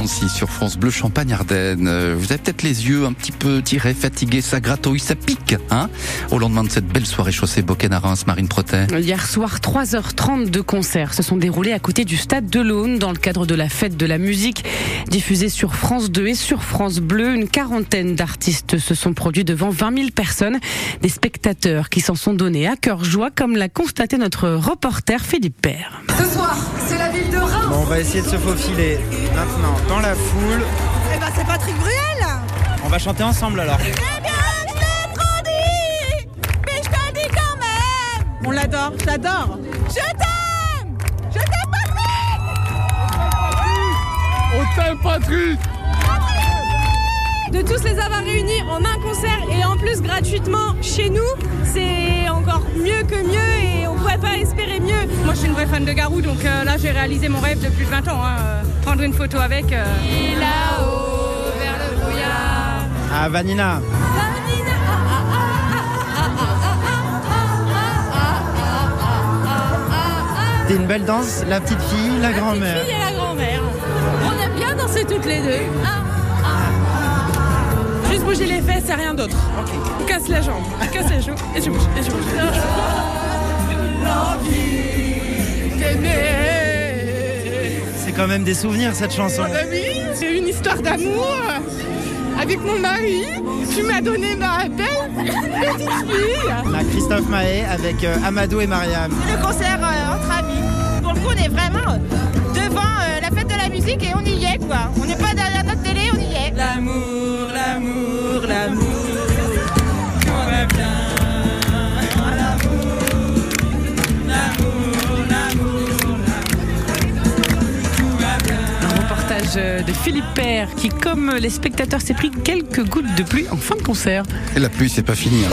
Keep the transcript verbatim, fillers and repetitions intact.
Nancy sur France Bleu Champagne-Ardenne. Vous avez peut-être les yeux un petit peu tirés, fatigués, ça gratouille, ça pique, hein, au lendemain de cette belle soirée chaussée Boken à Reims, Marine Protet. Hier soir, trois heures trente de concerts se sont déroulés à côté du stade de l'Aune dans le cadre de la fête de la musique diffusée sur France deux et sur France Bleu. Une quarantaine d'artistes se sont produits devant vingt mille personnes, des spectateurs qui s'en sont donnés à cœur joie, comme l'a constaté notre reporter Philippe Père. Ce soir, c'est la ville de Reims. Bon, on va essayer de se faufiler maintenant dans la foule. Eh ben, c'est Patrick Bruel. On va chanter ensemble alors. Eh bien, je t'ai trop dit, mais je te dis quand même. On l'adore, je l'adore. Je t'aime. Je t'aime, Patrick. On t'aime, Patrick. De tous les avoir réunis en un concert et en plus gratuitement chez nous, c'est encore mieux que mieux et on ne pouvait pas espérer mieux. Moi je suis une vraie fan de Garou, donc euh, là j'ai réalisé mon rêve depuis vingt ans, hein, euh, prendre une photo avec. Euh... Et là-haut vers le brouillard. Ah, Vanina. T'es une belle danse, la petite fille, la, la grand-mère. La petite fille et la grand-mère. On aime bien danser toutes les deux. Ah. Juste bouger les fesses, c'est rien d'autre. Okay. Casse la jambe, casse les joues, et tu bouges, et tu bouges. L'envie d'aimer. C'est quand même des souvenirs cette chanson. Mon ami, c'est une histoire d'amour avec mon mari. Tu m'as donné ma belle petite fille. On a Christophe Maé avec euh, Amadou et Mariam. C'est le concert euh, entre amis. Pour le coup, on est vraiment devant euh, la fête de la musique et on y est, quoi. On n'est pas derrière notre télé, on y est. L'amour, l'amour, l'amour. On va bien. De Philippe Père qui, comme les spectateurs, s'est pris quelques gouttes de pluie en fin de concert. Et la pluie, c'est pas fini.